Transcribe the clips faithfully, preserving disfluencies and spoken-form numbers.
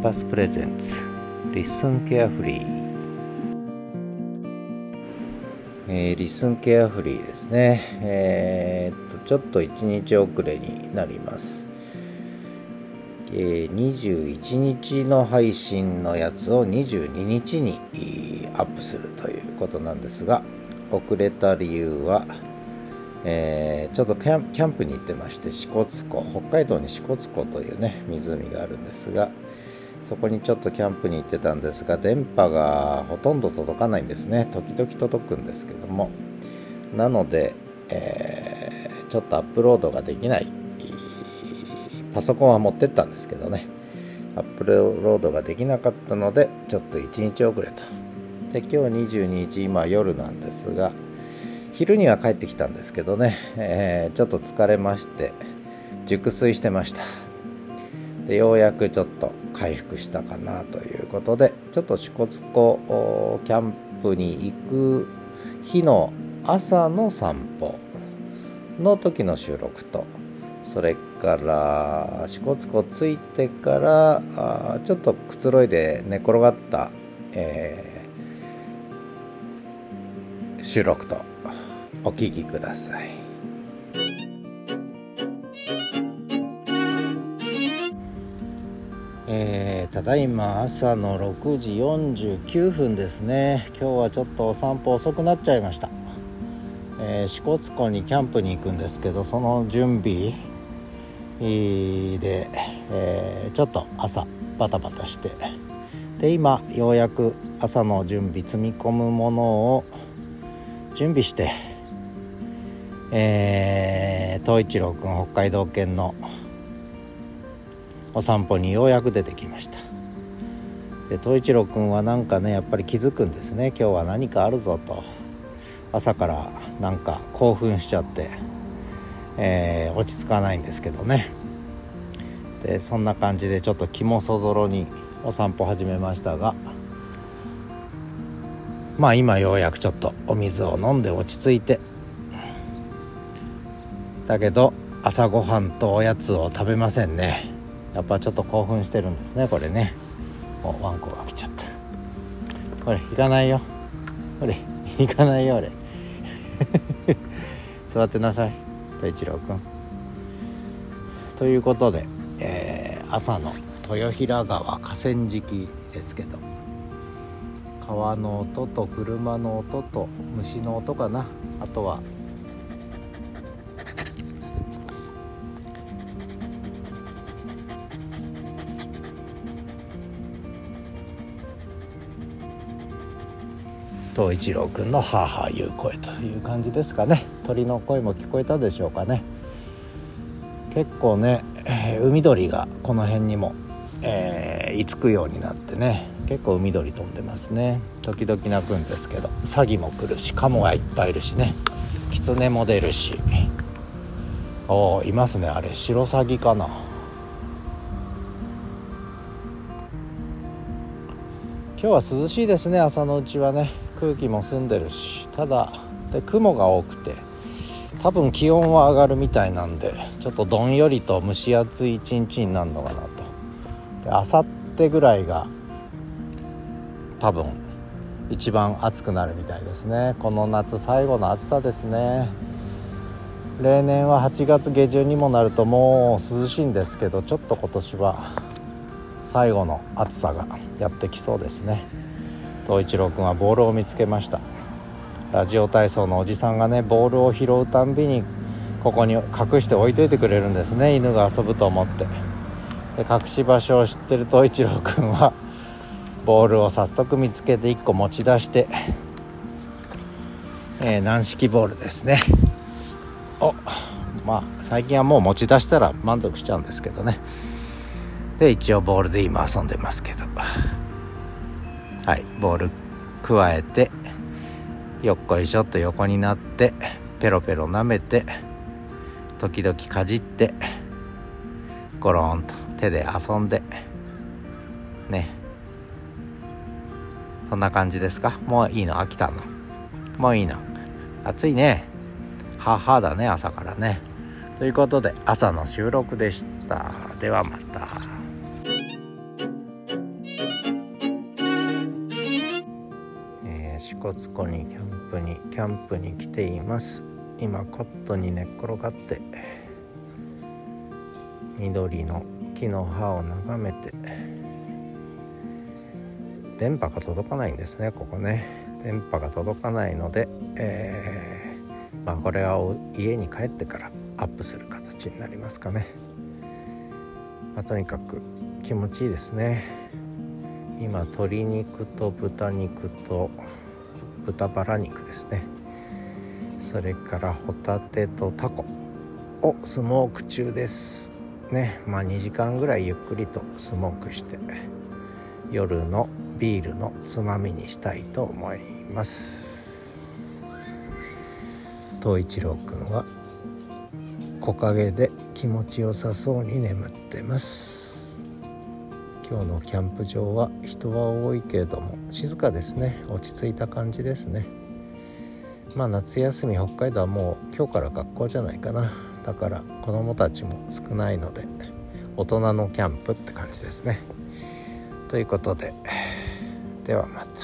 パスプレゼンツリッスンケアフリー、えー、リッスンケアフリーですね。えー、っとちょっといちにち遅れになります。えー、にじゅういちにちの配信のやつをにじゅうににちにアップするということなんですが、遅れた理由は、えー、ちょっとキャン、キャンプに行ってまして、支笏湖、北海道に支笏湖というね湖があるんですが、そこにちょっとキャンプに行ってたんですが、電波がほとんど届かないんですね。時々届くんですけども、なので、えー、ちょっとアップロードができない。パソコンは持ってったんですけどね、アップロードができなかったので、ちょっといちにち遅れと。で、今日にじゅうににち、今夜なんですが、昼には帰ってきたんですけどね、えー、ちょっと疲れまして熟睡してました。で、ようやくちょっと回復したかなということで、ちょっと支笏湖キャンプに行く日の朝の散歩の時の収録と、それから支笏湖着いてからあちょっとくつろいで寝転がった、えー、収録とお聞きください。えー、ただいま朝のろくじよんじゅうきゅうふんですね。今日はちょっとお散歩遅くなっちゃいました。えー、支笏湖にキャンプに行くんですけど、その準備で、えー、ちょっと朝バタバタして、で今ようやく朝の準備、積み込むものを準備して、えー、東一郎くん北海道犬のお散歩にようやく出てきました。で、東一郎くんはなんかね、やっぱり気づくんですね。今日は何かあるぞと。朝からなんか興奮しちゃって、えー、落ち着かないんですけどね。で、そんな感じでちょっと気もそぞろにお散歩始めましたが、まあ今ようやくちょっとお水を飲んで落ち着いて、だけど朝ごはんとおやつを食べませんね。やっぱちょっと興奮してるんですね、これね。お、ワンコが来ちゃった。これ行かないよ、これ行かないよ、俺座ってなさい、東一郎くん。ということで、えー、朝の豊平川河川敷ですけど、川の音と車の音と虫の音かな、あとは東一郎くんのハーハー言う声という感じですかね。鳥の声も聞こえたでしょうかね。結構ね、えー、海鳥がこの辺にも、えー、居つくようになってね、結構海鳥飛んでますね。時々鳴くんですけど、サギも来るし、カモがいっぱいいるしね、キツネも出るし、おー、いますね。あれシロサギかな。今日は涼しいですね、朝のうちはね。空気も澄んでるし、ただで雲が多くて、多分気温は上がるみたいなんで、ちょっとどんよりと蒸し暑い一日になるのかなと。で、あさってぐらいが多分一番暑くなるみたいですね。この夏最後の暑さですね。例年ははちがつげじゅんにもなるともう涼しいんですけど、ちょっと今年は最後の暑さがやってきそうですね。東一郎くんはボールを見つけました。ラジオ体操のおじさんがね、ボールを拾うたんびにここに隠して置いといてくれるんですね、犬が遊ぶと思って。で、隠し場所を知ってる東一郎くんはボールを早速見つけていっこ持ち出して、えー、軟式ボールですね。お、まあ最近はもう持ち出したら満足しちゃうんですけどね。で、一応ボールで今遊んでますけど、はい、ボールくわえて、よっこいしょっと横になって、ペロペロ舐めて、時々かじって、ゴロンと手で遊んでね。そんな感じですか。もういいの、飽きたの、もういいの、暑いね、ははだね、朝からね。ということで朝の収録でした。ではまた。 支湖にキャンプにキャンプに来ています。今コットに寝っ転がって緑の木の葉を眺めて、電波が届かないんですね、ここね。電波が届かないので、えー、まあこれは家に帰ってからアップする形になりますかね。まあ、とにかく気持ちいいですね。今鶏肉と豚肉と豚バラ肉ですね、それからホタテとタコをスモーク中ですね。まあにじかんぐらいゆっくりとスモークして夜のビールのつまみにしたいと思います。東一郎くんは木陰で気持ちよさそうに眠ってます。今日のキャンプ場は人は多いけれども静かですね。落ち着いた感じですね。まあ夏休み北海道はもう今日から学校じゃないかな。だから子どもたちも少ないので大人のキャンプって感じですね。ということで、ではまた。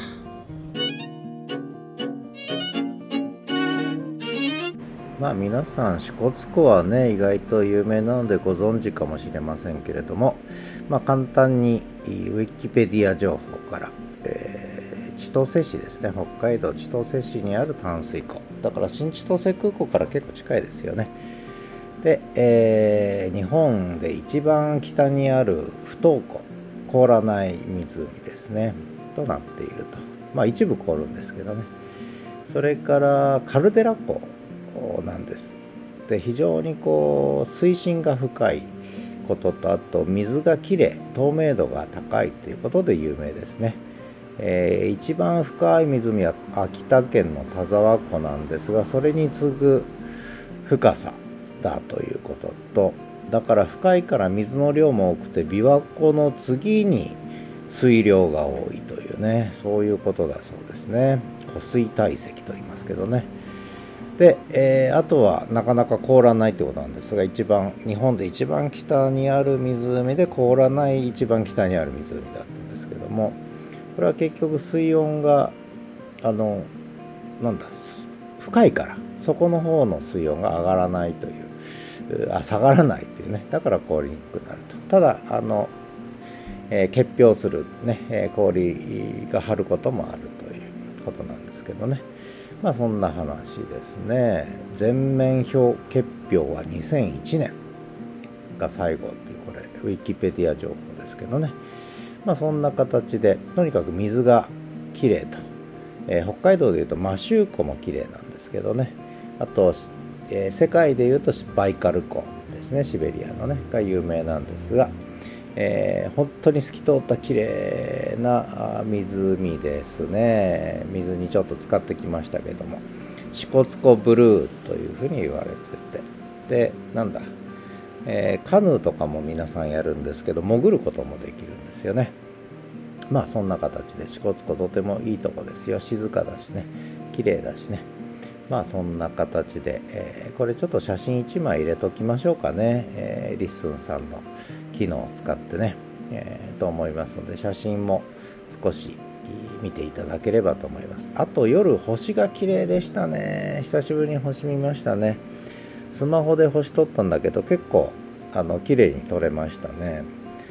まあ皆さん支笏湖はね意外と有名なのでご存知かもしれませんけれども、まあ簡単にウィキペディア情報から、えー、千歳市ですね。北海道千歳市にある淡水湖だから新千歳空港から結構近いですよね。で、えー、日本で一番北にある不凍湖、凍らない湖ですねとなっていると。まあ一部凍るんですけどね。それからカルデラ湖なんです。で非常にこう水深が深いことと、あと水がきれい、透明度が高いということで有名ですね。えー、一番深い湖は秋田県の田沢湖なんですが、それに次ぐ深さだということと、だから深いから水の量も多くて琵琶湖の次に水量が多いというね、そういうことだそうですね。湖水堆積と言いますけどね。で、えー、あとはなかなか凍らないということなんですが、一番日本で一番北にある湖で凍らない一番北にある湖だったんですけども、これは結局水温があのなんだ深いからそこの方の水温が上がらないというあ下がらないというね、だから凍りにくくなると。ただあの、えー、結氷するね、えー、氷が張ることもあるということなんですけどね。まあそんな話ですね。全面氷結氷はにせんいちねんが最後っていう、これウィキペディア情報ですけどね。まあそんな形でとにかく水がきれいと、えー、北海道でいうと摩周湖もきれいなんですけどね。あと、えー、世界でいうとバイカル湖ですね、シベリアのねが有名なんですが、えー、本当に透き通ったきれいな湖ですね。水にちょっと使ってきましたけども、支笏湖ブルーというふうに言われてて、でなんだ、えー、カヌーとかも皆さんやるんですけど、潜ることもできるんですよね。まあそんな形で支笏湖とてもいいとこですよ。静かだしね、綺麗だしね。まあそんな形で、えー、これちょっと写真いちまい入れときましょうかね。えー、リッスンさんの機能を使ってね、えー、と思いますので、写真も少し見ていただければと思います。あと夜星が綺麗でしたね。久しぶりに星見ましたね。スマホで星撮ったんだけど結構あの綺麗に撮れましたね。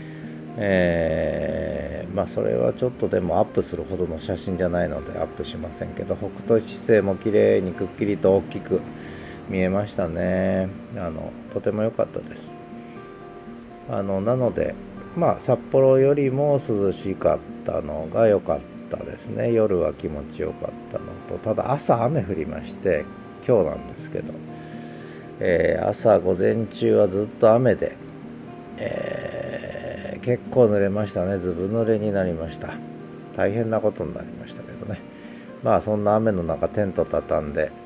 えー、まあそれはちょっとでもアップするほどの写真じゃないのでアップしませんけど、北斗七星も綺麗にくっきりと大きく見えましたね。あのとても良かったです。あのなのでまあ札幌よりも涼しかったのが良かったですね。夜は気持ちよかったのと、ただ朝雨降りまして、今日なんですけど、えー、朝午前中はずっと雨で、えー、結構濡れましたね。ずぶ濡れになりました。大変なことになりましたけどね。まあそんな雨の中テント畳んで、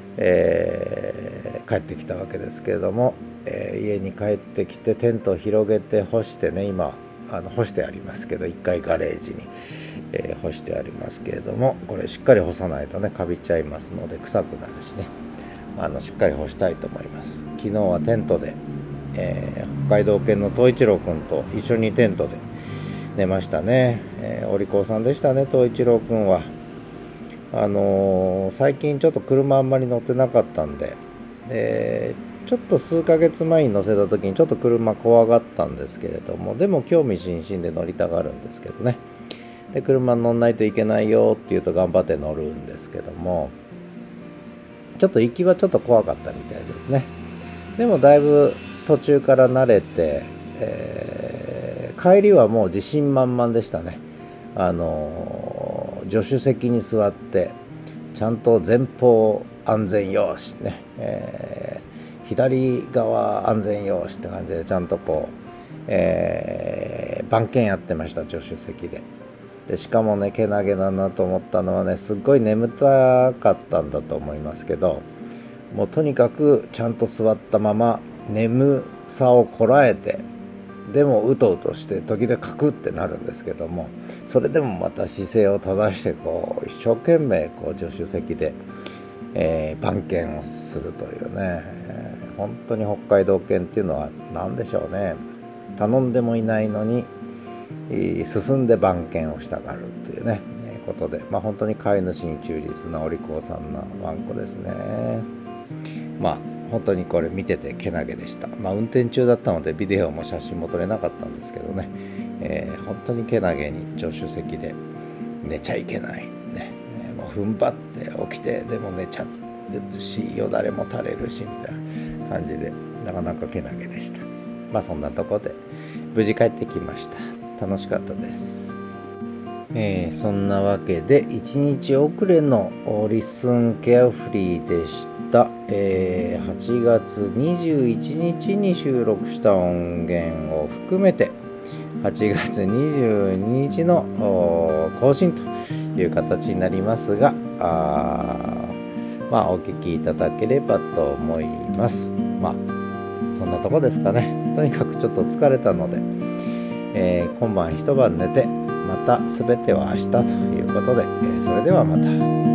えー、帰ってきたわけですけれども、えー、家に帰ってきてテントを広げて干してね、今あの干してありますけど、いっかいガレージに、えー、干してありますけれども、これしっかり干さないとねかびちゃいますので臭くなるしね、あのしっかり干したいと思います。昨日はテントで、えー、北海道犬の東一郎くんと一緒にテントで寝ましたね。えー、お利口さんでしたね、東一郎くんは。 あのー、最近ちょっと車あんまり乗ってなかったんで、でちょっと数ヶ月前に乗せた時にちょっと車怖がったんですけれども、でも興味津々で乗りたがるんですけどね。で車乗んないといけないよって言うと頑張って乗るんですけども、ちょっと行きはちょっと怖かったみたいですね。でもだいぶ途中から慣れて、えー、帰りはもう自信満々でしたね。あのー、助手席に座ってちゃんと前方安全よしね、えー、左側安全よしって感じでちゃんとこう、えー、番犬やってました、助手席で。でしかもね、けなげだなと思ったのはね、すっごい眠たかったんだと思いますけど、もうとにかくちゃんと座ったまま眠さをこらえて、でもうとうとして時々カクってなるんですけども、それでもまた姿勢を正してこう一生懸命こう助手席で、えー、番犬をするというね、えー、本当に北海道犬っていうのは何でしょうね、頼んでもいないのに進んで番犬をしたがるというね、えー、ことで、まあ、本当に飼い主に忠実なお利口さんなワンコですね。まあ本当にこれ見ててけなげでした。まあ運転中だったのでビデオも写真も撮れなかったんですけどね、えー、本当にけなげに助手席で寝ちゃいけないね、えー、もう踏ん張って起きて、でも寝ちゃうしよだれも垂れるしみたいな感じで、なかなかけなげでした。まあそんなとこで無事帰ってきました。楽しかったです。えー、そんなわけでいちにち遅れのリスンケアフリーでした。えー、はちがつにじゅういちにちに収録した音源を含めてはちがつにじゅうににちの更新という形になりますが、あまあお聞きいただければと思います。まあそんなとこですかね。とにかくちょっと疲れたので、えー、今晩一晩寝てまた全ては明日ということで、えー、それではまた。